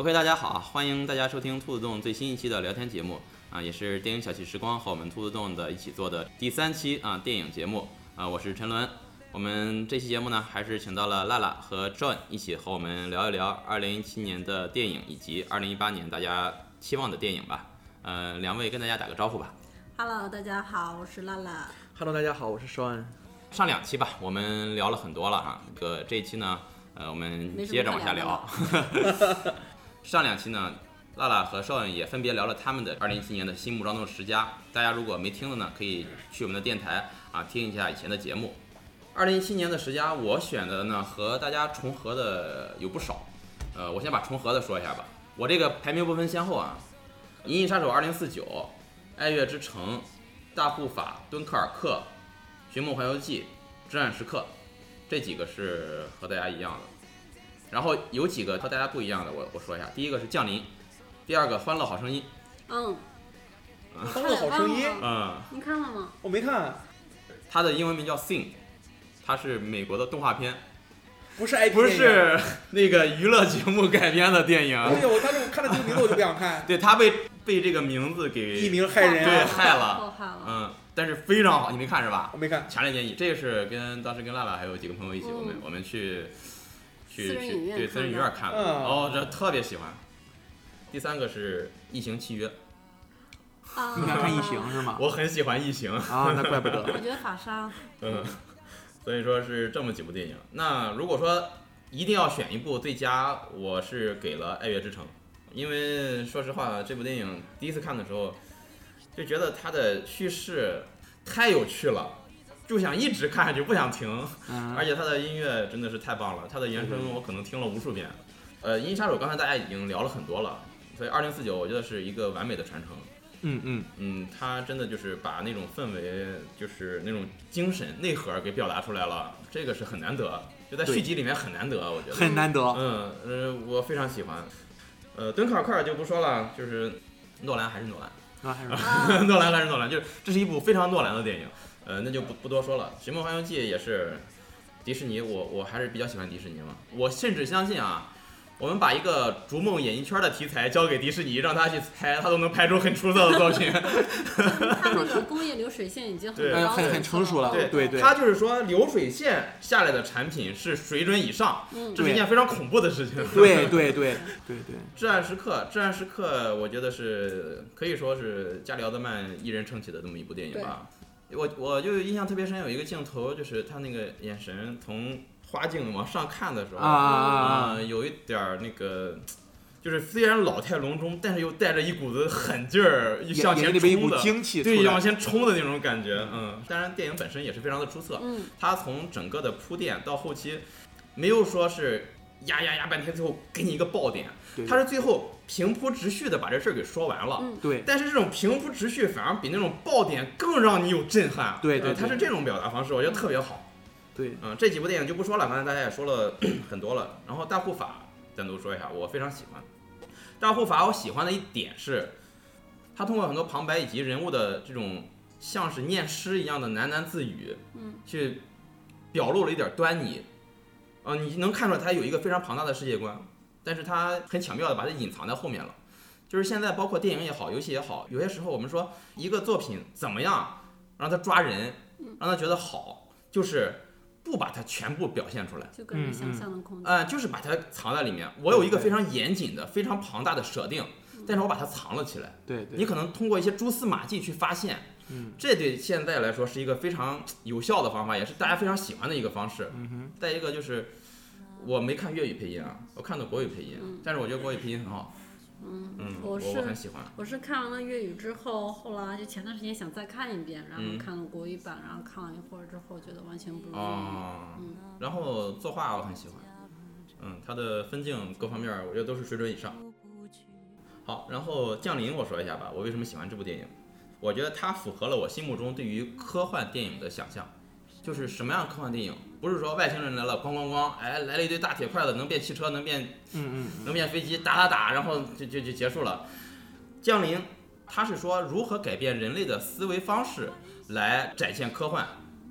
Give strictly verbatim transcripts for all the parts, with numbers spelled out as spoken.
OK， 大家好，欢迎大家收听兔子洞最新一期的聊天节目啊，也是电影小憩时光和我们兔子洞的一起做的第三期啊电影节目啊，我是陈伦。我们这期节目呢，还是请到了辣辣和 John 一起和我们聊一聊二零一七年的电影以及二零一八年大家期望的电影吧。呃，两位跟大家打个招呼吧。 Hello， 大家好，我是辣辣。 Hello， 大家好，我是 Sean。 上两期吧，我们聊了很多了哈。这个这一期呢，呃，我们接着往下聊。上两期呢，辣辣和 Sean 也分别聊了他们的二零一七年的心目当中的十佳。大家如果没听的呢，可以去我们的电台啊听一下以前的节目。二零一七年的十佳，我选的呢和大家重合的有不少。呃，我先把重合的说一下吧。我这个排名不分先后啊，《银翼杀手二零四九》、《爱乐之城》、《大护法》、《敦刻尔克》、《寻梦环游记》、《至暗时刻》，这几个是和大家一样的。然后有几个和大家不一样的，我我说一下。第一个是《降临》，第二个《欢乐好声音》。 嗯， 欢乐好声音。 嗯， 你看了吗？ 我没看。 它的英文名叫 Sing， 它是美国的动画片， 不是 I P， 不是那个娱乐节目改编的电影。 对，我当时我看了这个名字我就不想看。 对，他被被这个名字给艺名害人， 对，害了， 祸害了。 嗯，但是非常好，你没看是吧？ 我没看， 强烈建议。这个是跟当时跟辣辣还有几个朋友一起， 嗯、 我们我们去去私人影院对私人影院看的， 嗯、 哦，这特别喜欢。第三个是《异形契约》。 啊， 你想看异形是吗？ 我很喜欢异形啊，那怪不得。 我觉得法沙。 嗯，所以说是这么几部电影。那如果说一定要选一部最佳，我是给了《爱乐之城》，因为说实话，这部电影第一次看的时候就觉得它的叙事太有趣了，就想一直看下去，不想停。 嗯、 而且它的音乐真的是太棒了，它的原声我可能听了无数遍。呃，《银翼杀手》刚才大家已经聊了很多了，所以二零四九我觉得是一个完美的传承。 嗯嗯嗯，他真的就是把那种氛围，就是那种精神内核给表达出来了，这个是很难得，就在续集里面很难得，我觉得很难得。 嗯呃，我非常喜欢。呃，敦刻尔克就不说了，就是诺兰还是诺兰啊，还是诺兰还是诺兰，就是这是一部非常诺兰的电影。呃，那就不不多说了。《寻梦环游记》也是迪士尼，我我还是比较喜欢迪士尼嘛。我甚至相信啊，我们把一个逐梦演艺圈的题材交给迪士尼，让他去拍，他都能拍出很出色的作品。 他那个工业流水线已经很高很很成熟了。 对对对， 他就是说流水线下来的产品是水准以上， 嗯、 这是一件非常恐怖的事情。 对对对对对。 至暗时刻，至暗时刻，我觉得是可以说是加里奥德曼一人撑起的这么一部电影吧。我我就印象特别深，有一个镜头就是他那个眼神从花镜往上看的时候啊、 呃，有一点那个，就是虽然老态龙钟，但是又带着一股子狠劲儿，向前冲的， 精气， 对，往前冲的那种感觉。嗯，当然电影本身也是非常的出色， 嗯， 它从整个的铺垫到后期，没有说是压压压半天，最后给你一个爆点，它是最后平铺直叙的把这事儿给说完了。 嗯， 对。 但是这种平铺直叙反而比那种爆点更让你有震撼。 对 对, 对、 呃，它是这种表达方式，我觉得特别好。 对， 嗯，这几部电影就不说了，刚才大家也说了很多了。然后大护法单独说一下，我非常喜欢。大护法我喜欢的一点是，他通过很多旁白以及人物的这种像是念诗一样的喃喃自语， 嗯， 去表露了一点端倪。呃，你能看出来他有一个非常庞大的世界观，但是他很巧妙的把它隐藏在后面了。就是现在包括电影也好，游戏也好，有些时候我们说一个作品怎么样让他抓人，让他觉得好，就是不把它全部表现出来， 就给人想象的空间。 呃，就是把它藏在里面。我有一个非常严谨的、非常庞大的设定，但是我把它藏了起来。 对对。 你可能通过一些蛛丝马迹去发现， 嗯， 这对现在来说是一个非常有效的方法，也是大家非常喜欢的一个方式。 嗯哼。 再一个就是，我没看粤语配音啊，我看的国语配音， 嗯、 但是我觉得国语配音很好。 嗯嗯， 我是我很喜欢。 我是看完了粤语之后，后来就前段时间想再看一遍，然后看了国语版，然后看了一会儿之后，觉得完全不如。 哦。 嗯。 然后作画我很喜欢，嗯，它的分镜各方面我觉得都是水准以上。好，然后降临我说一下吧，我为什么喜欢这部电影？我觉得它符合了我心目中对于科幻电影的想象。就是什么样的科幻电影？不是说外星人来了，咣咣咣，哎，来了一堆大铁块子，能变汽车，能变， 嗯嗯， 能变飞机，打打打，然后就就就结束了。降临，它是说如何改变人类的思维方式来展现科幻，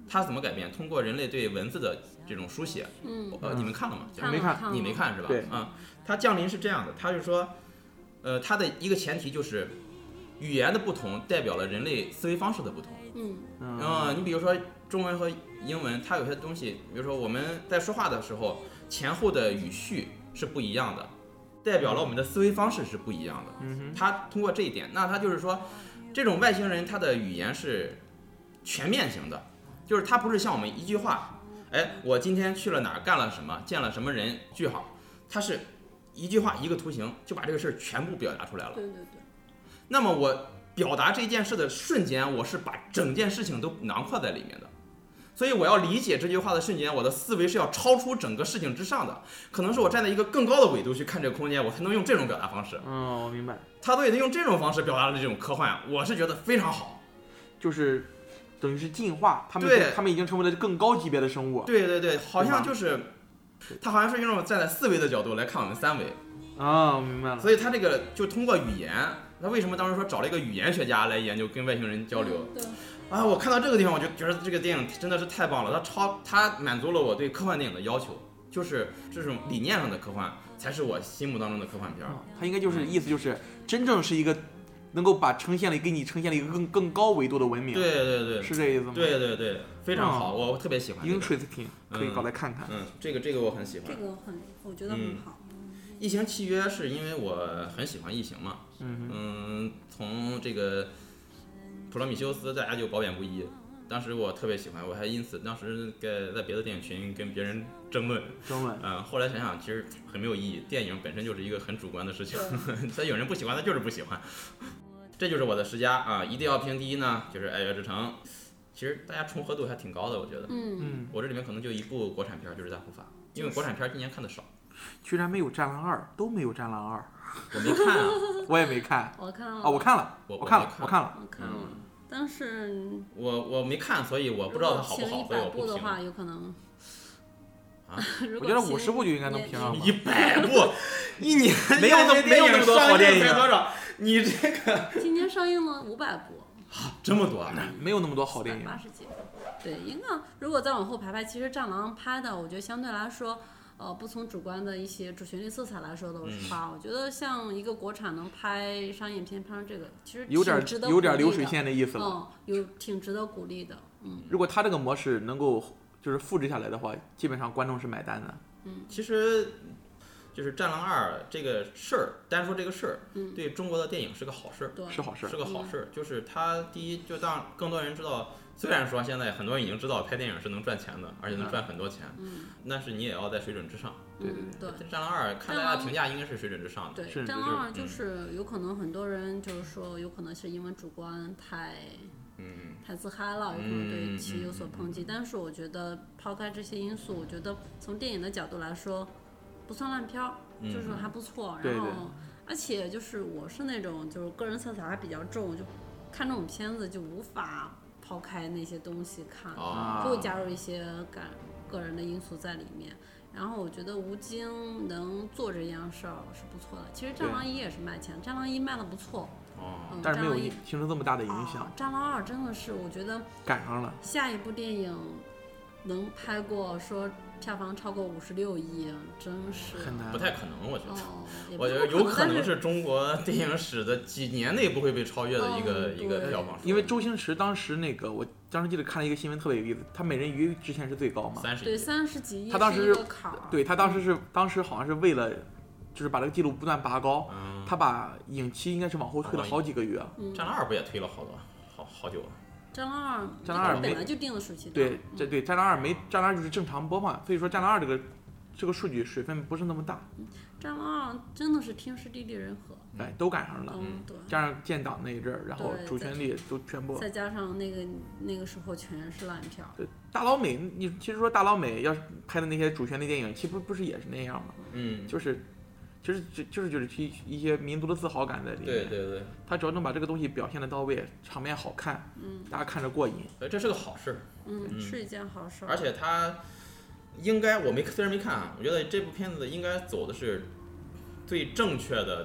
它怎么改变？通过人类对文字的这种书写， 嗯， 呃，你们看了吗？ 看了没看看了你没看是吧？ 对啊，它降临是这样的，它是说，呃，它的一个前提就是语言的不同代表了人类思维方式的不同。 嗯嗯嗯，你比如说中文和英文，它有些东西，比如说我们在说话的时候，前后的语序是不一样的，代表了我们的思维方式是不一样的。 嗯它通过这一点，那它就是说，这种外星人他的语言是全面型的，就是他不是像我们一句话，哎，我今天去了哪儿，干了什么，见了什么人，句号，他是一句话一个图形就把这个事儿全部表达出来了。 对对对， 那么我表达这件事的瞬间，我是把整件事情都囊括在里面的。所以我要理解这句话的瞬间，我的思维是要超出整个事情之上的，可能是我站在一个更高的纬度去看这个空间，我才能用这种表达方式。 嗯，我明白， 他都已经用这种方式表达了这种科幻，我是觉得非常好。 就是等于是进化，他们对他们已经成为了更高级别的生物。 对对对，好像就是他好像是用这种站在四维的角度来看我们三维。 啊，我明白了。 所以他这个就通过语言，他为什么当时说找了一个语言学家来研究跟外星人交流？ 嗯对， 啊，我看到这个地方，我就觉得这个电影真的是太棒了，它超它满足了我对科幻电影的要求，就是这种理念上的科幻才是我心目当中的科幻片。 哦他应该就是意思就是真正是一个能够把呈现了给你呈现了一个更更高维度的文明。 对对对， 是这意思吗？ 对对对，非常好， 哦我特别喜欢、这个。 Interesting，可以搞来看看。 嗯，这个这个我很喜欢。 这个很，我觉得很好。 异形契约是因为我很喜欢异形嘛， 嗯嗯，从这个普罗米修斯大家就褒贬不一，当时我特别喜欢，我还因此当时在在别的电影群跟别人争论， 争论。 嗯，后来想想其实很没有意义，电影本身就是一个很主观的事情，所以有人不喜欢他就是不喜欢，这就是我的十佳啊，一定要评第一呢，就是《爱乐之城》，其实大家重合度还挺高的，我觉得， 嗯， 嗯， 我这里面可能就一部国产片就是《大护法》，因为国产片今年看的少， 居然没有《战狼二》，都没有《战狼二》， 我没看啊， 我也没看。 我看了。 哦，我看了， 我我看了我没，看我看了。 我看了， 嗯但是我我没看，所以我不知道它好不好， 如果评一所以我不评。 百部的话，有可能。 啊如我觉得果评五十部就应该能也评上吧。 一百部，一年没有那么没有那么多好电影才多少？你这个今年上映了五百部， 这么多啊？ 没有那么多好电影。 八十几部。对，应该如果再往后排排，其实《战狼》拍的，我觉得相对来说，呃，不从主观的一些主旋律色彩来说的话，我觉得像一个国产能拍商业片拍成这个，其实有点挺值得有点鼓励的流水线的意思了。 嗯，有挺值得鼓励的。嗯， 如果他这个模式能够就是复制下来的话，基本上观众是买单的。 其实就是《战狼二》这个事儿，单说这个事儿， 嗯对中国的电影是个好事儿， 对， 是好事儿是。个好事儿。就是它第一，就让更多人知道，虽然说现在很多人已经知道拍电影是能赚钱的，而且能赚很多钱， 嗯， 但是你也要在水准之上。 对对嗯对。 《战狼二》看大家评价应该是水准之上的。 对， 是战就是狼二就是有可能很多人就是说，有可能是因为主观太嗯， 太自嗨了，有可能对嗯其有所抨击。但是我觉得抛开这些因素，我觉得从电影的角度来说，不算烂片儿， 嗯就是还不错。 对对然后，而且就是我是那种就是个人色彩还比较重，就看这种片子就无法抛开那些东西看， 哦就会加入一些感个人的因素在里面。然后我觉得吴京能做这样事儿是不错的。其实《战狼一》也是卖钱，《战狼一》卖的不错， 哦， 嗯， 但是没有战狼一形成这么大的影响啊，战狼二真的是，我觉得赶上了。 下一部电影能拍过说票房超过五十六亿，真是很难不太可能，我觉得。 哦，也不我觉得是不有可能但是是中国电影史的几年内不会被超越的一个、 嗯一个对票房数， 因为周星驰当时那个，我当时记得看了一个新闻，特别有意思。他美人鱼之前是最高嘛？ 对三十亿， 三十几亿他当时是一个坎儿， 对他当时是当时好像是为了，就是把这个记录不断拔高， 嗯， 他把影期应该是往后推了好几个月。 嗯， 战狼二不也推了好多，好好久了。 战狼二， 战狼二没本来就定了暑期档， 对，这对战狼二没战狼二就是正常播放，所以说战狼二这个这个数据水分不是那么大， 战狼二真的是天时地利人和， 哎，都赶上了。 嗯，对。 加上建党那一阵儿，然后对主旋律都全部。 再加上那个那个时候全是烂片儿， 对，大老美，你其实说大老美要是拍的那些主旋律电影，其实不不是也是那样吗？ 嗯， 就是，其实就就是就是一一些民族的自豪感在里面。 对对对， 他只要能把这个东西表现的到位，场面好看， 嗯大家看着过瘾。 呃，这是个好事， 嗯， 嗯是一件好事儿。 而且它应该我没虽然没看啊，我觉得这部片子应该走的是最正确的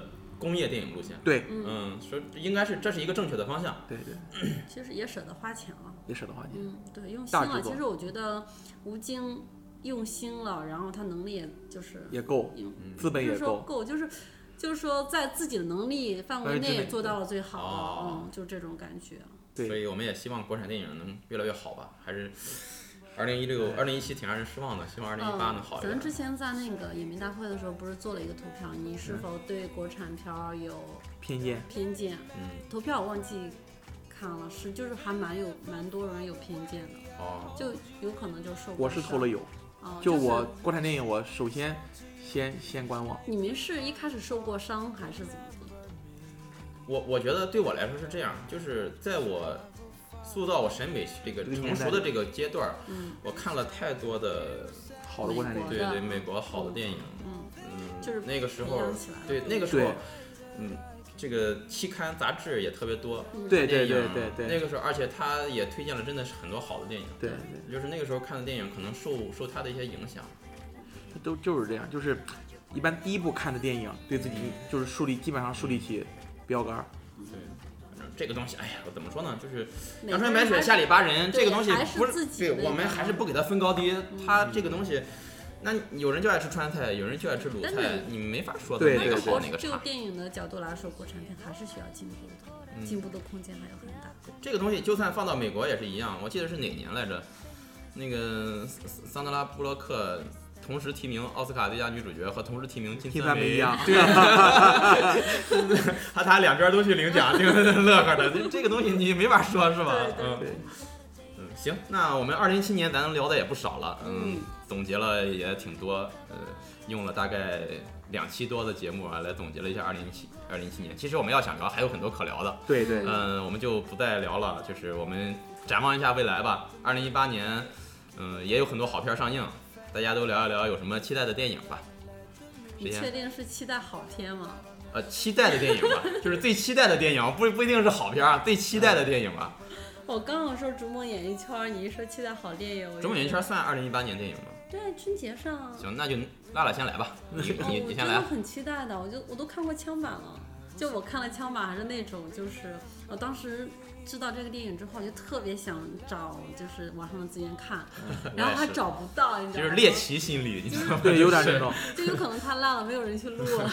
工业电影路线。 对， 嗯，说应该是这是一个正确的方向。 对对， 其实也舍得花钱了， 也舍得花钱。 嗯，对，用心了。其实我觉得吴京用心了，然后他能力也就是也够， 嗯、 资本也够， 够，就是就是说在自己的能力范围内做到了最好的，哦、嗯，就这种感觉。 对， 所以我们也希望国产电影能越来越好吧，还是。二零一六、二零一七挺让人失望的，希望二零一八能好一点。 咱之前在那个影迷大会的时候，不是做了一个投票，你是否对国产片有偏见？ 偏见， 嗯， 投票我忘记看了，是就是还蛮有蛮多人有偏见的， 哦， 就有可能就受。 我是投了有， 哦、 就我国产电影，我首先先先观望。 你们是一开始受过伤还是怎么的？ 我我觉得对我来说是这样，就是在我。塑造我审美这个成熟的这个阶段， 嗯， 我看了太多的好的国产电影， 对对，美国好的电影， 嗯嗯， 就是那个时候，对那个时候，嗯，这个期刊杂志也特别多， 对对对对对， 那个时候，而且他也推荐了真的是很多好的电影， 对对， 就是那个时候看的电影可能受受他的一些影响， 都就是这样，就是一般第一部看的电影对自己就是树立基本上树立起标杆， 对。这个东西，哎呀，我怎么说呢？就是阳春白雪、下里巴人，这个东西不是对，我们还是不给它分高低。它这个东西，那有人就爱吃川菜，有人就爱吃鲁菜，你没法说哪个好哪个差。 就电影的角度来说，国产片还是需要进步的，进步的空间还有很大。 这个东西就算放到美国也是一样。我记得是哪年来着？那个桑德拉布洛克。同时提名奥斯卡最佳女主角和同时提名金三梅一样， 对啊，他他两边都去领奖，挺乐呵的。这个东西你没法说，是吧？ 嗯嗯，行，那我们二零一七年咱聊的也不少了，嗯，总结了也挺多，呃，用了大概两期多的节目啊来总结了一下二零一七二零一七年。其实我们要想聊还有很多可聊的， 对对， 嗯，我们就不再聊了，就是我们展望一下未来吧。二零一八年，嗯，也有很多好片上映。大家都聊一聊有什么期待的电影吧。 你确定是期待好片吗？ 呃，期待的电影吧，就是最期待的电影，不不一定是好片啊，最期待的电影吧。 我刚刚说《逐梦演艺圈》，你一说期待好电影，《 逐梦演艺圈》算二零一八年电影吗？ 对，春节上。 行，那就辣辣先来吧，你你你先来。 我真的很期待的，我就我都看过枪版了，就我看了枪版还是那种，就是我当时。知道这个电影之后，就特别想找就是网上的资源看，然后还找不到，你知道吗？ 就是猎奇心理，你知道吗？ 对，有点这种。 就有可能太烂了，没有人去录了。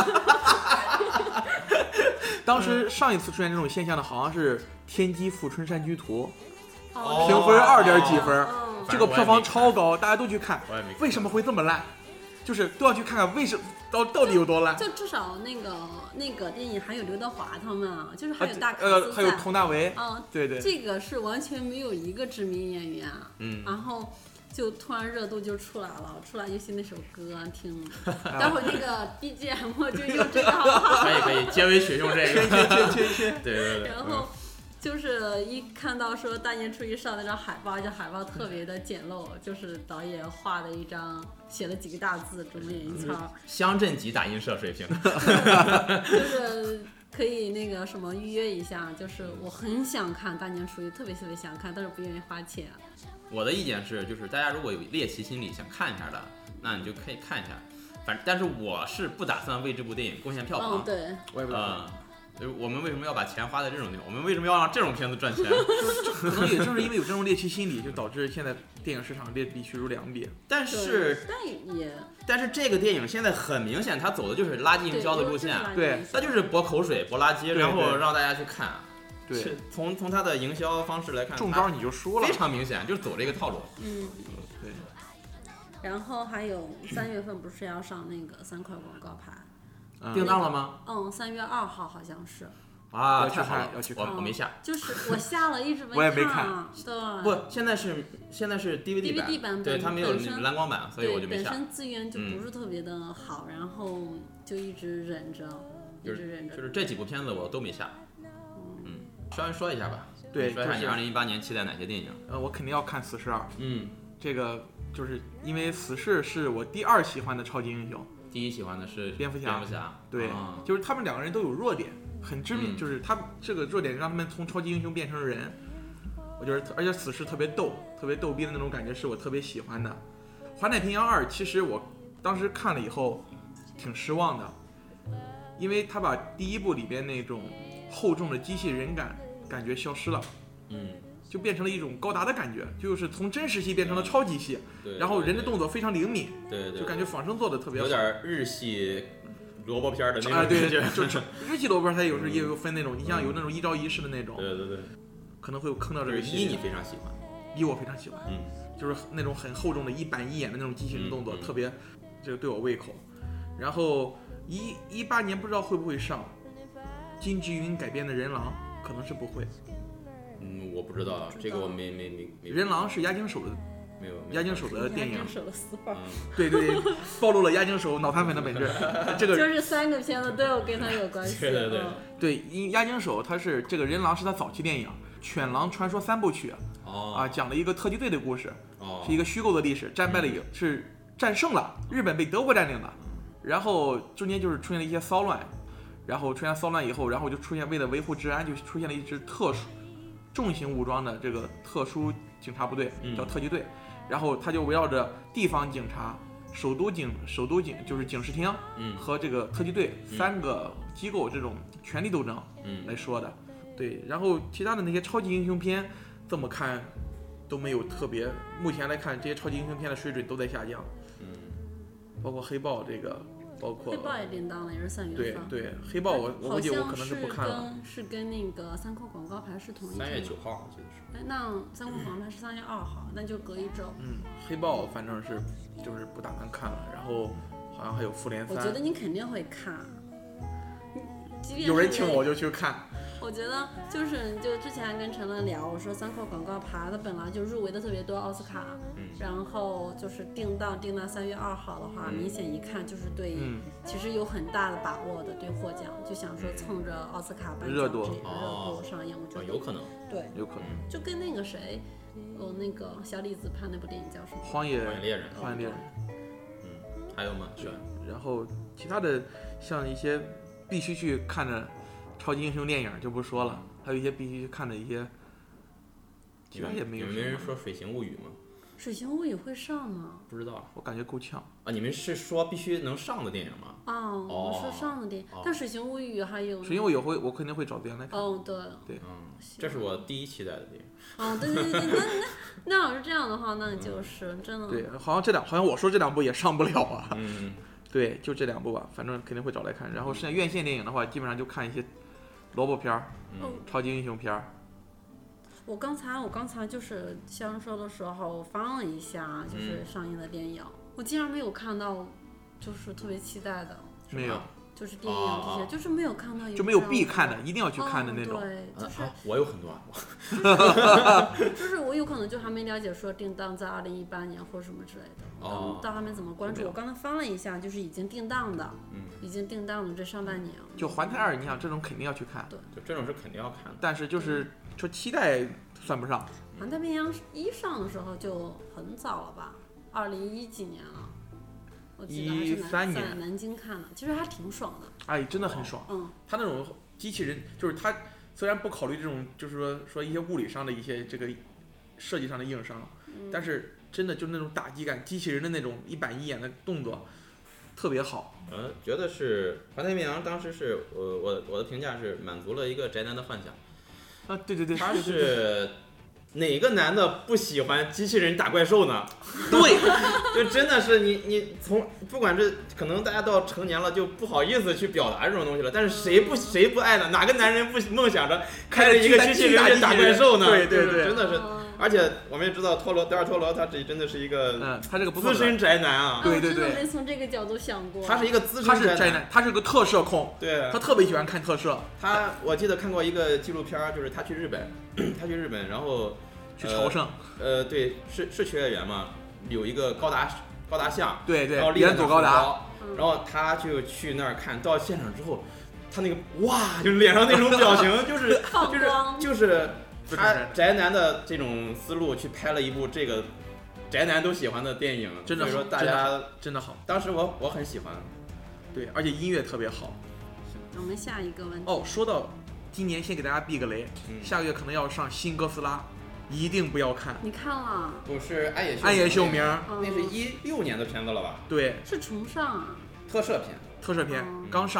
当时上一次出现这种现象的，好像是《天机赋春山居图》， 哦、 评分二点几分， 哦、 这个票房超高，大家都去看。为什么会这么烂？就是都要去看看为什么到到底有多烂。 就至少那个那个电影还有刘德华他们啊，就是还有大卡斯呃，还有佟大为啊， 对对， 这个是完全没有一个知名演员啊， 嗯， 然后就突然热度就出来了，出来尤其那首歌听，待会儿那个 B G M 就用这个好不好？ 可以可以，结尾曲用这个，对对对， 然后。就是一看到说大年初一上那张海报，这海报特别的简陋，就是导演画的一张，写了几个大字“逐梦演艺圈”， 乡镇级打印社水平， 就是可以那个什么预约一下，就是我很想看大年初一，特别特别想看，但是不愿意花钱。 我的意见是，就是大家如果有猎奇心理想看一下的，那你就可以看一下，反正但是我是不打算为这部电影贡献票房， 哦、对， 我也不打算。 呃我们为什么要把钱花在这种地方？我们为什么要让这种片子赚钱？ 可能也正是因为有这种猎奇心理，就导致现在电影市场劣币驱逐良币。 但是， 但也， 但是这个电影现在很明显，它走的就是垃圾营销的路线， 对， 它就是博口水、博垃圾，然后让大家去看。 对， 从从它的营销方式来看， 中招你就输了， 非常明显，就是走这个套路。 嗯， 对。 然后还有三月份不是要上那个三块广告牌？ 订到了吗？ 嗯，三月二号好像是。 啊，太好了！ 要去看， 我我没下。 就是我下了，一直没看。 我也没看。 对。 不，现在是现在是 D V D 版。 D V D 版对，它没有蓝光版，所以我就没下。 本身资源就不是特别的好，然后就一直忍着，一直忍着。 就是这几部片子我都没下。嗯，稍微说一下吧。 对， 说一下你二零一八年期待哪些电影？ 呃，我肯定要看《死侍二》。 嗯。 这个就是因为《死侍》是我第二喜欢的超级英雄。 第一喜欢的是蝙蝠侠， 蝙蝠侠， 对， 啊、 就是他们两个人都有弱点，很致命， 嗯、 就是他这个弱点让他们从超级英雄变成了人。我觉得，而且死侍特别逗，特别逗逼的那种感觉是我特别喜欢的。《环太平洋二》其实我当时看了以后挺失望的， 因为他把第一部里边那种厚重的机器人感感觉消失了， 嗯， 就变成了一种高达的感觉，就是从真实系变成了超级系， 对， 然后人的动作非常灵敏， 对对对， 就感觉仿生做的特别好， 有点日系萝卜片的那种感觉， 啊，对， 就是日系萝卜片它有时也有分那种，你像有那种一招一式的那种， 对对对， 可能会有坑到这个一你非常喜欢， 一我非常喜欢， 嗯， 就是那种很厚重的一板一眼的那种机器人动作， 嗯嗯、 特别这个对我胃口。然后一一八年不知道会不会上金智云改编的人狼，可能是不会。 嗯，我不知道，这个我没没没没。 人狼是押井守的， 没有押井守的电影。 押井守的私话。 对对对，暴露了押井守脑残粉的本质。这个就是三个片子都有跟他有关系。 对对对。 对，因押井守他是这个人狼是他早期电影《犬狼传说三部曲》 哦、 啊，讲了一个特级队的故事， 哦、 是一个虚构的历史，战败了以、嗯、是战胜了日本被德国占领的，然后中间就是出现了一些骚乱。然后出现骚乱以后，然后就出现为了维护治安，就出现了一支特殊重型武装的这个特殊警察部队，叫特级队。嗯、然后他就围绕着地方警察、首都警、首都警就是警视厅和这个特级队、嗯、三个机构这种权力斗争来说的。嗯、对，然后其他的那些超级英雄片，这么看都没有特别。目前来看，这些超级英雄片的水准都在下降。 嗯， 包括黑豹这个。包括黑豹也定档了，也是三月份。 对对，黑豹我我估计我可能是不看了。 是跟那个三块广告牌是同一天。 三月九号，我记得是。 哎，那三块广告牌是三月二号，那就隔一周。 嗯，黑豹反正是就是不打算看了，然后好像还有复联三。 我觉得你肯定会看。 有人请我就去看。 我觉得就是就之前跟陈乐聊，我说三块广告牌它本来就入围的特别多奥斯卡， 嗯、 然后就是定档定到三月二号的话， 嗯、 明显一看就是对， 嗯、 其实有很大的把握的对获奖，就想说蹭着奥斯卡颁奖热度热度上映，我觉得、 哦、有可能， 对， 有可能， 就跟那个谁，哦那个小李子拍那部电影叫什么？ 荒野荒野猎人， 荒野猎人， 嗯，还有吗？是。 然后其他的像一些必须去看的超级英雄电影就不说了。还有一些必须去看的一些，其他也没有。 有没人说《水形物语》吗？ 《水形物语》会上吗？ 不知道， 我感觉够呛啊！你们是说必须能上的电影吗？ 哦，我说上的电影， 哦、 但《水形物语》还有。 水形物语会，我肯定会找别人来看。 哦，对。 对， 嗯，这是我第一期待的电影。 哦，对对对对，那那那要是这样的话，那就是、嗯、真的。 对，好像这两，好像我说这两部也上不了啊。 嗯。 对，就这两部吧，反正肯定会找来看。然后剩下院线电影的话，基本上就看一些萝卜片儿、 嗯、 超级英雄片儿。 我刚才我刚才就是销售的时候翻了一下，就是上映的电影，嗯、我竟然没有看到，就是特别期待的。 没有。 就是电影这些， 哦、 就是没有看到有就没有必看的，一定要去看的那种。 哦、对，就是、 啊、我有很多。 就是我有可能就还没了解说定档在二零一八年或什么之类的， 哦， 到还没怎么关注。我刚才翻了一下，就是已经定档的， 嗯， 已经定档的这上半年。 就环太二，你想这种肯定要去看。 对， 就这种是肯定要看的。 但是就是说期待算不上。 环太平洋一上的时候就很早了吧，二零一几年了。我记得还是三年在南京看的，其实还挺爽的。 哎，真的很爽。 嗯， 他那种机器人，就是他虽然不考虑这种，就是说说一些物理上的一些这个设计上的硬伤， 嗯、 但是真的就是那种打击感，机器人的那种一板一眼的动作，特别好。 嗯，觉得是环太平洋当时是我我我的评价是满足了一个宅男的幻想。 啊，对对对， 他是。哪个男的不喜欢机器人打怪兽呢？ 对， 就真的是你你从不管这可能大家到成年了就不好意思去表达这种东西了，但是谁不谁不爱呢？哪个男人不梦想着开着一个机器人去打怪兽呢？ 对对对， 真的是。而且我们也知道托罗德尔托罗他这真的是一个， 嗯，他这个资深宅男啊。 对对对， 真的没从这个角度想过。 他是一个资深他是宅男，他是个特摄控。 对， 他特别喜欢看特摄。 他我记得看过一个纪录片，就是他去日本，他去日本然后。 去朝圣， 呃，呃对，是是秋叶原嘛，有一个高达高达像， 对对， 然后立在那高达， 然后他就去那儿看，到现场之后，他那个哇，就脸上那种表情，就是就是就是他宅男的这种思路去拍了一部这个宅男都喜欢的电影， 真的所以说大家真的好， 当时我我很喜欢， 对，而且音乐特别好。 我们下一个问题哦，说到今年先给大家避个雷， 嗯、 下个月可能要上新哥斯拉。一定不要看！ 你看了？ 不是暗夜秀暗夜秀明， 那是一六年的片子了吧？ 对， 是重上啊， 特摄片， 特摄片、嗯、刚上，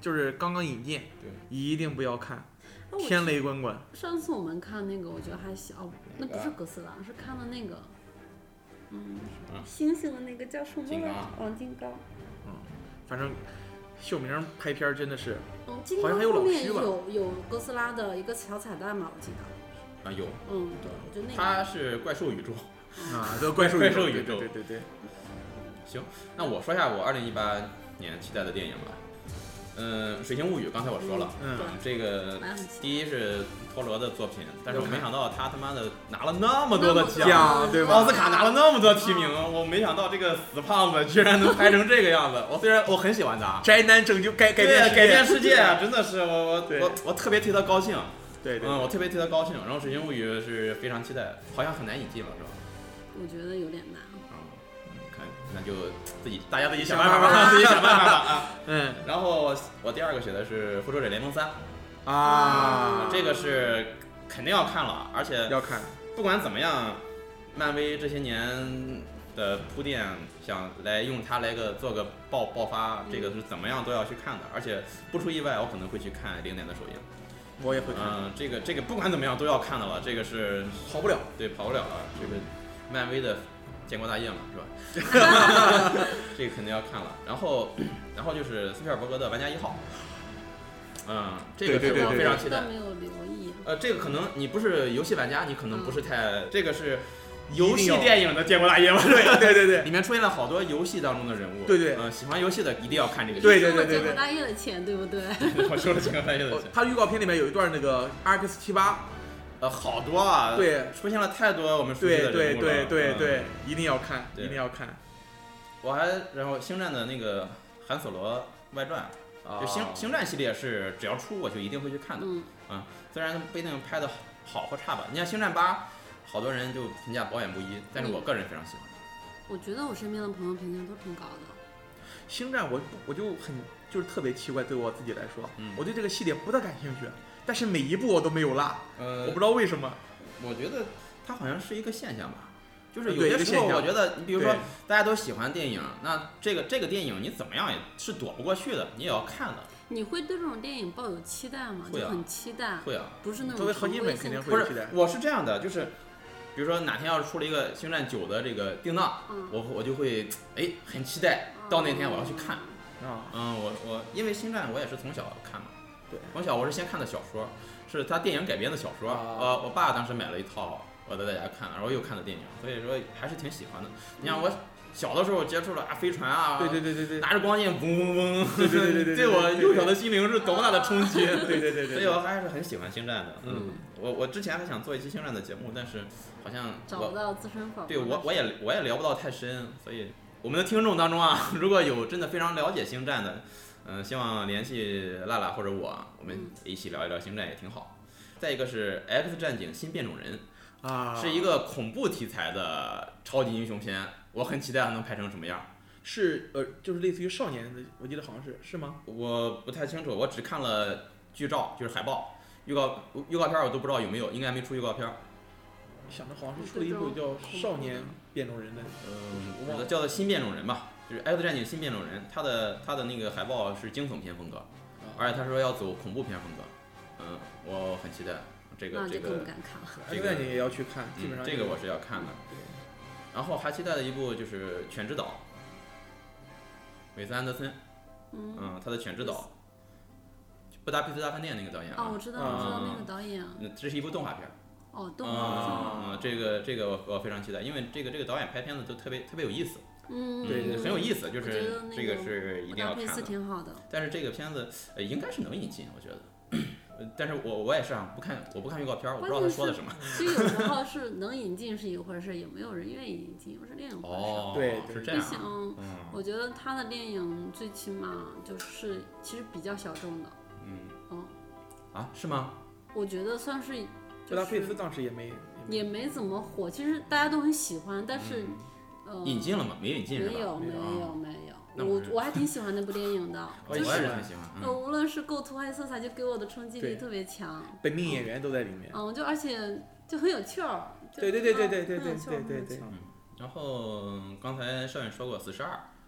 就是刚刚引进， 对， 一定不要看，天雷滚滚。 上次我们看那个，我觉得还行，哦，那不是哥斯拉，是看的那个，嗯，星星的那个叫什么来着？王金刚。 嗯，反正秀明拍片真的是， 嗯，金好像还有老徐吧？ 有有哥斯拉的一个小彩蛋嘛，我记得。 啊有。 嗯，对，我觉得那个。 它是怪兽宇宙。 啊，对，怪兽怪兽宇宙， 对对对。 行，那我说一下我二零一八年期待的电影吧。嗯，《水形物语》刚才我说了， 嗯， 这个第一是托罗的作品，但是我没想到他他妈的拿了那么多的奖，对吧？ 奥斯卡拿了那么多提名，我没想到这个死胖子居然能拍成这个样子。我虽然我很喜欢他， 宅男拯救改改变改变世界啊，真的是我我我我特别替他高兴。 对对， 嗯，我特别替他高兴。然后《水形物语》是非常期待，好像很难引进了，是吧？ 我觉得有点难。 看，那就自己大家自己想办法吧，自己想办法吧啊。 嗯。 然后我第二个写的是《复仇者联盟三》 啊， 这个是肯定要看了，而且要看。 不管怎么样，漫威这些年的铺垫，想来用它来个做个爆爆发，这个是怎么样都要去看的。而且不出意外，我可能会去看零点的首映。 我也会看。 嗯，这个这个不管怎么样都要看的了，这个是跑不了， 对，跑不了了。这个漫威的建国大业嘛，是吧？这个肯定要看了。然后，然后就是斯皮尔伯格的《玩家一号》。嗯，这个是我非常期待。 没有留意。 呃，这个可能你不是游戏玩家，你可能不是太，嗯、这个是游戏电影的建国大业嘛？ 对对对对， 里面出现了好多游戏当中的人物。 对对， 呃，喜欢游戏的一定要看这个。 对对对对对。 建国大业的钱，对不对？ 我收了建国大业的钱。 他预告片里面有一段那个 R X 七八。 呃，好多啊， 对， 出现了太多我们熟悉的人物了。 对对对对对， 嗯、 一定要看，一定要看。 我还然后星战的那个韩索罗外传， 啊、 就星星战系列是只要出我就一定会去看的。 嗯啊，虽然不一定拍的好或差吧。你看星战八，好多人就评价褒贬不一，但是我个人非常喜欢。 我觉得我身边的朋友评价都挺高的。 星战我我就很就是特别奇怪，对我自己来说， 嗯、 我对这个系列不太感兴趣。但是每一部我都没有落， 呃， 我不知道为什么。 我觉得它好像是一个现象吧，就是有些时候我觉得，你比如说大家都喜欢电影，那这个这个电影你怎么样也是躲不过去的，你也要看的。 你会对这种电影抱有期待吗？ 会啊， 就很期待。 会啊， 不是那种作为核心粉肯定会有期待。不是，我是这样的，就是比如说哪天要是出了一个《星战九》的这个定档， 嗯、 我我就会哎很期待，到那天我要去看。 啊、 嗯，我我因为《星战》我也是从小看嘛。 对， 从小我是先看的小说，是他电影改编的小说。 啊、 呃，我爸当时买了一套，我带大家看，然后又看的电影，所以说还是挺喜欢的。你看我小的时候接触了啊飞船啊， 对对对对对， 拿着光剑嗡嗡嗡， 对对对对， 对我幼小的心灵是多么大的冲击。 对对对对， 所以我还是很喜欢星战的。 嗯， 我我之前还想做一期星战的节目，但是好像找不到资深粉。 对我我也我也聊不到太深，所以我们的听众当中啊，如果有真的非常了解星战的。嗯，希望联系辣辣或者我，我们一起聊一聊星战也挺好。再一个是《X 战警：新变种人》 啊， 是一个恐怖题材的超级英雄片，我很期待它能拍成什么样。 是呃，就是类似于少年的，我记得好像是是吗？ 我不太清楚，我只看了剧照，就是海报、预告预告片，我都不知道有没有，应该没出预告片。 想着好像是出了一部叫《少年变种人》的， 嗯，我叫做《新变种人》吧。就是《X 战警：新变种人》，他的他的那个海报是惊悚片风格，而且他说要走恐怖片风格，嗯，我很期待这个这个。 这个 X 战警也要去看，基本上、 嗯、这个我是要看的。 对。 然后还期待的一部就是《犬之岛》，韦斯安德森， 嗯， 嗯他的《犬之岛》，布达佩斯大饭店那个导演啊， 哦，我知道，我知道那个导演。 嗯，这是一部动画片。 哦，动画片。嗯，这个这个我我非常期待，因为这个这个导演拍片子都特别特别有意思。 嗯， 对，很有意思，就是这个是一定要看的。 挺好的。 但是这个片子呃应该是能引进，我觉得。但是我我也是啊，不看我不看预告片，我不知道他说的什么。 其实有时候是能引进是一回事，有没有人愿意引进又是另一回事。 哦， 对， 是这样。 毕竟，我觉得他的电影最起码就是其实比较小众的。 嗯。 嗯。 啊？是吗？ 我觉得算是。 布达佩斯当时也没。 也没怎么火，其实大家都很喜欢，但是。 呃、引进了吗？没引进是吧？ 没有，没有，没有。 我我我还挺喜欢那部电影的， 我也是很喜欢。 呃，无论是构图还是色彩，就给我的冲击力特别强。 本命演员都在里面。 嗯，就而且就很有趣儿。 对对对对对对对对对对。 嗯。然后刚才邵远说过《四十二》，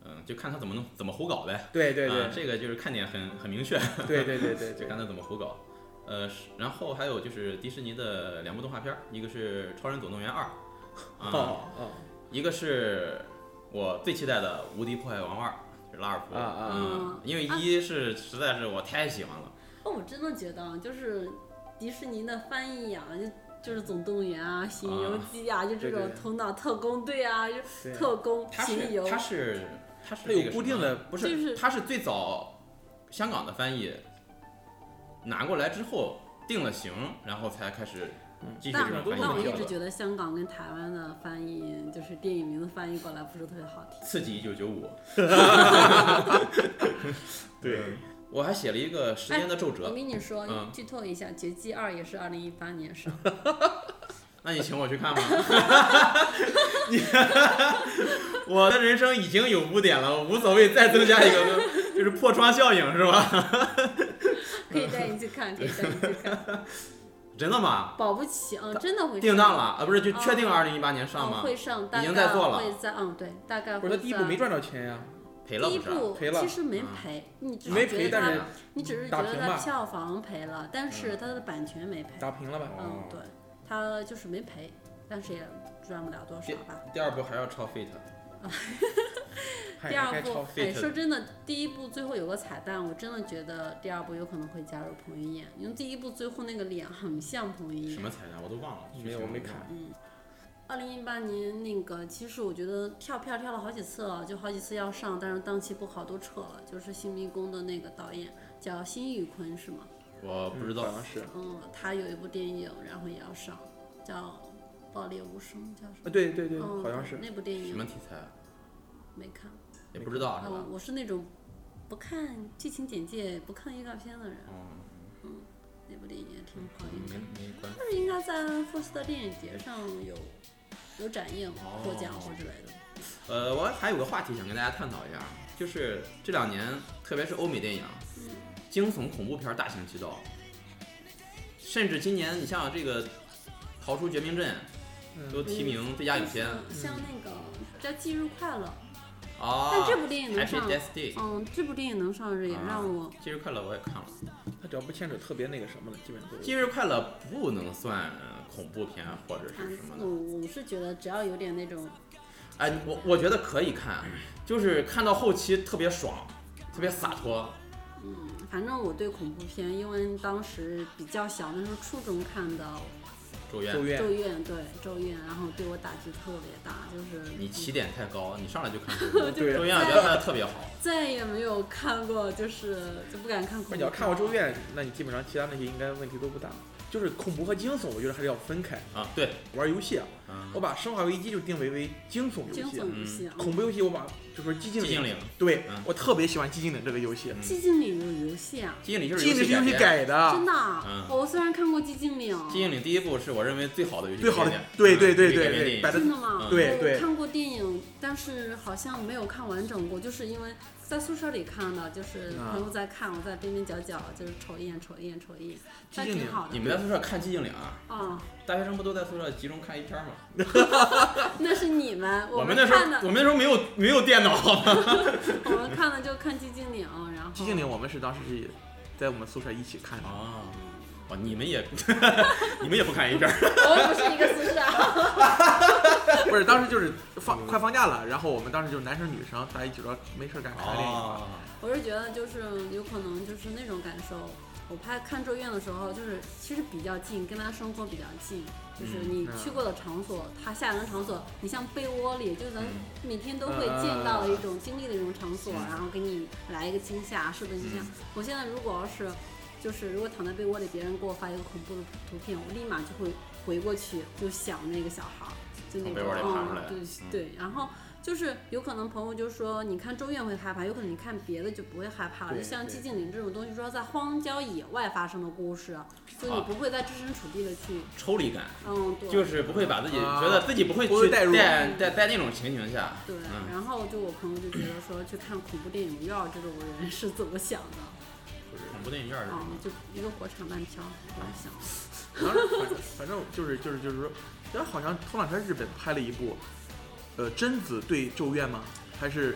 嗯，就看他怎么弄怎么胡搞呗。 对对对， 呃、这个就是看点很很明确。 对对对对， 就看他怎么胡搞。呃，然后还有就是迪士尼的两部动画片，一个是《超人总动员二》，啊、 嗯，哦哦， 一个是我最期待的《无敌破坏王二》，就是拉尔夫。 啊啊， 嗯，因为一是实在是我太喜欢了。 哦，我真的觉得就是迪士尼的翻译呀、啊，就就是总动员啊、行游记啊，就这种头脑特工队啊，就特工行游。 它是它是它有固定的， 不是， 就是它是最早香港的翻译拿过来之后定了型，然后才开始继续这种翻译。 但我一直觉得香港跟台湾的翻译，就是电影名字翻译过来不是特别好听。 刺激一九九五。 对。 我还写了一个时间的皱褶。 我跟你说， 嗯、 剧透一下，《绝技二》也是二零一八年上。 那你请我去看吗？你我的人生已经有污点了，我无所谓再增加一个，就是破窗效应，是吧？ 可以带你去看，可以带你去看。 真的吗？ 保不齐，嗯，真的会上。 定档了啊？不是，就确定二零一八年上吗？ 嗯、会上，大概已经在做了。 会在，嗯，对，大概会在。 不是，他第一部没赚着钱呀。 赔了不是？ 第一部赔了， 其实没赔， 嗯、 你只是觉得它， 是你只是觉得它票房赔了，但是它的版权没赔。 打平了吧？ 嗯，对，它就是没赔，但是也赚不了多少吧。 第二部还要超 Fate。 第二部，哎，说真的，第一部最后有个彩蛋，我真的觉得第二部有可能会加入彭于晏，因为第一部最后那个脸很像彭于晏。 什么彩蛋我都忘了， 没有，我没看。 嗯。二零一八年那个，其实我觉得跳票跳了好几次了，就好几次要上，但是档期不好都撤了。就是《新迷宫》的那个导演叫辛宇坤是吗？ 我不知道， 好像是。 嗯，他有一部电影，然后也要上，叫《爆裂无声》，叫什么？ 对对对， 嗯、 好像是。 那部电影什么题材？ 没看。 也不知道是吧？ 我是那种不看剧情简介、不看预告片的人。 嗯。 嗯，那部电影也挺好的。 没没关系。 但是应该在富士的电影节上有。有展映、获奖或之类的。 呃，我还有个话题想跟大家探讨一下，就是这两年，特别是欧美电影， 嗯、 惊悚恐怖片大行其道，甚至今年你像这个《逃出绝命镇》 嗯、 都提名最佳影片。 嗯、像那个叫《忌日快乐》。 哦。 但这部电影能上， Happy Death Day。 嗯，这部电影能上也让我。 啊、忌日快乐我也看了。 他只要不牵扯特别那个什么的，基本都。 忌日快乐不能算恐怖片或者是什么的。 我我是觉得只要有点那种。 哎，我我觉得可以看，就是看到后期特别爽，特别洒脱。 嗯，反正我对恐怖片，因为当时比较小，那时候初中看的。 咒怨， 咒怨， 咒怨，对咒怨，然后对我打击特别大，就是你起点太高，你上来就看咒怨，咒怨我觉得拍的特别好， 再也没有看过，就是就不敢看恐怖。 你要看过咒怨，那你基本上其他那些应该问题都不大。就是恐怖和惊悚，我觉得还是要分开啊。对， 玩游戏啊， 嗯、 我把《生化危机》就定为为惊悚游戏， 惊悚游戏、 嗯，恐怖游戏我把就说寂静岭， 岭，对、 嗯、 我特别喜欢寂静岭这个游戏。 寂静岭有游戏啊？ 寂静岭就是寂静岭游戏改的， 真的、 嗯。 我虽然看过寂静岭， 寂静岭第一部是我认为最好的游戏， 最好的，对对对对对， 真的吗？ 对对。 我看过电影，但是好像没有看完整过，就是因为。在宿舍里看的，就是朋友在看，我在边边角角就是瞅一眼瞅一眼瞅一眼，还挺好的。 你们在宿舍看寂静岭啊？ 啊、嗯， 大学生不都在宿舍集中看一片吗？ 那是你们， 我们那时候我们那时候没有没有电脑。 我们看的就看寂静岭，然后寂静岭我们是当时是在我们宿舍一起看的。 哦，哦，你们也你们也不看一片？ 我们不是一个宿舍。 不是，当时就是放快放假了，然后我们当时就是男生女生，大家一起说没事干看电影。 哦、 我是觉得就是有可能就是那种感受。我拍看咒怨的时候，就是其实比较近，跟他生活比较近，就是你去过的场所，嗯、他吓人的场所，你像被窝里，就是咱每天都会见到的一种经历的一种场所，嗯、然后给你来一个惊吓式的惊吓。嗯、我现在如果要是就是如果躺在被窝里，别人给我发一个恐怖的图片，我立马就会回过去就想那个小孩。就那种，嗯，对对，然后就是有可能朋友就说，你看咒怨会害怕，有可能你看别的就不会害怕了。就像寂静岭这种东西，说在荒郊野外发生的故事，就你不会再置身处地的去抽离感， 嗯，对， 就是不会把自己觉得自己不会去带在在在那种情形下。 对， 嗯、 然后就我朋友就觉得说，去看恐怖电影院这种人是怎么想的？ 恐怖电影院是啊、嗯，就一个国产烂片，怎么想？ 反正反正就是就是就是说。然后好像头两天日本拍了一部，呃，贞子对咒怨吗？还是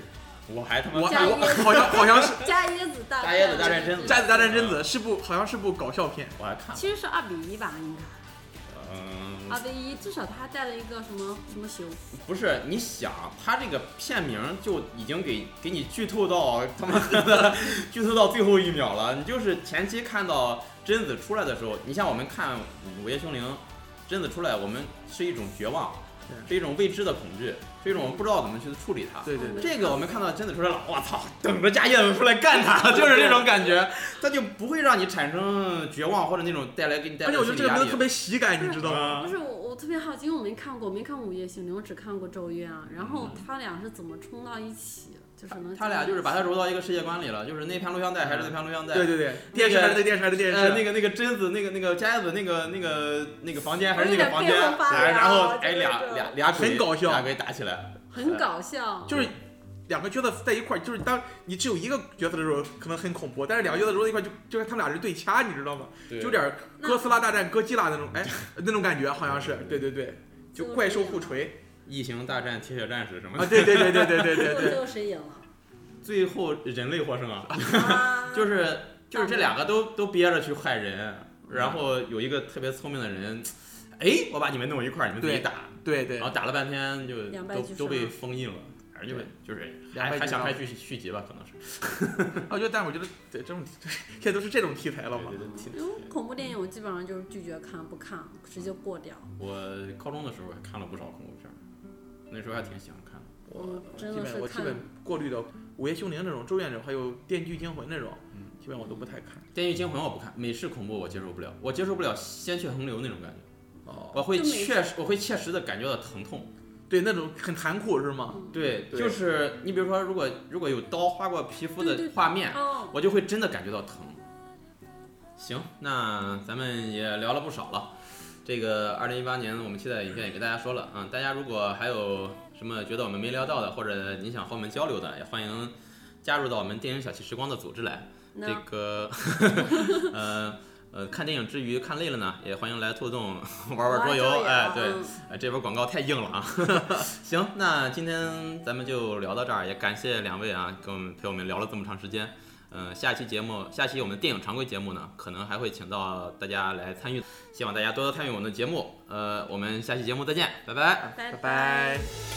我还他妈我看过， 我好像好像是加椰子大加椰子大战贞子加子大战贞子是部好像是部搞笑片， 我还看过。 其实是二比一吧，应该。 嗯， 二比一，至少他还带了一个什么什么熊。 不是，你想，他这个片名就已经给给你剧透到他妈的剧透到最后一秒了。你就是前期看到贞子出来的时候，你像我们看《午夜凶铃》，贞子出来，我们是一种绝望，是一种未知的恐惧，是一种不知道怎么去处理它。 对对对， 这个我们看到贞子出来了，我操，等着加叶子出来干他，就是这种感觉，他就不会让你产生绝望或者那种带来给你带来而且我觉得这个压力名字特别喜感，你知道吗？ 不是我，我特别好奇，因为我没看过，我没看过《午夜凶铃》，我只看过《咒怨》啊。然后他俩是怎么冲到一起？就是能他俩就是把它揉到一个世界观里了，就是那片录像带还是那片录像带。 对对对，电视还是那电视还是电视。 呃，那个那个贞子，那个那个佳子，那个那个那个房间还是那个房间， 然然后哎俩俩俩鬼很搞笑， 俩鬼打起来， 很搞笑。 就是两个角色在一块儿，就是当你只有一个角色的时候，可能很恐怖，但是两个角色揉在一块儿，就就是他们俩人对掐，你知道吗？就有点哥斯拉大战哥基拉那种，哎，那种感觉好像是，对对对，就怪兽互锤。 异形大战铁血战士什么的？啊，对对对对对对对对。 最后谁赢了？ 最后人类获胜啊！就是就是这两个都都憋着去害人，然后有一个特别聪明的人，哎，我把你们弄一块儿，你们自己打， 对对， 然后打了半天就都都被封印了，反正就就是还还想拍续续集吧，可能是。 我觉得，但我觉得对这种现在都是这种题材了嘛。 因为恐怖电影我基本上就是拒绝看，不看，直接过掉。 我高中的时候还看了不少恐怖片，那时候还挺喜欢看的。 我基本我基本过滤到《午夜凶铃》这种、《咒怨》这种，还有《电锯惊魂》这种，嗯，基本我都不太看。《 电锯惊魂》我不看，美式恐怖我接受不了，我接受不了鲜血横流那种感觉。 哦， 我会确实，我会切实的感觉到疼痛。 对，那种很残酷是吗？ 对，对就是你比如说，如果如果有刀划过皮肤的画面， 对对哦、 我就会真的感觉到疼。行，那咱们也聊了不少了。这个二零一八年我们期待的影片也给大家说了啊、嗯，大家如果还有什么觉得我们没聊到的，或者你想和我们交流的，也欢迎加入到我们电影小憩时光的组织来。 No. 这个呃呃，看电影之余看累了呢，也欢迎来兔洞玩玩桌游。哎，对，哎，这波广告太硬了啊。行，那今天咱们就聊到这儿，也感谢两位啊，跟我们陪我们聊了这么长时间。嗯、呃，下期节目，下期我们电影常规节目呢，可能还会请到大家来参与，希望大家多多参与我们的节目。呃，我们下期节目再见，拜拜， 拜拜。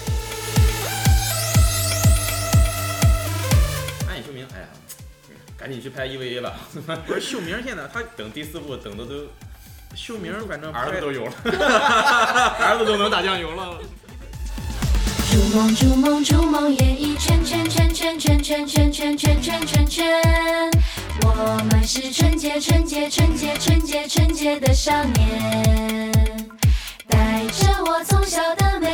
暗影秀明，哎呀，赶紧去拍 E V A 吧。 不是秀明现在他等第四部等的都， 秀明反正儿子都有了，儿子都能打酱油了。 筑梦筑梦筑梦演艺圈圈圈圈圈圈圈圈圈圈圈圈，我们是纯洁纯洁纯洁纯洁纯洁的少年，带着我从小的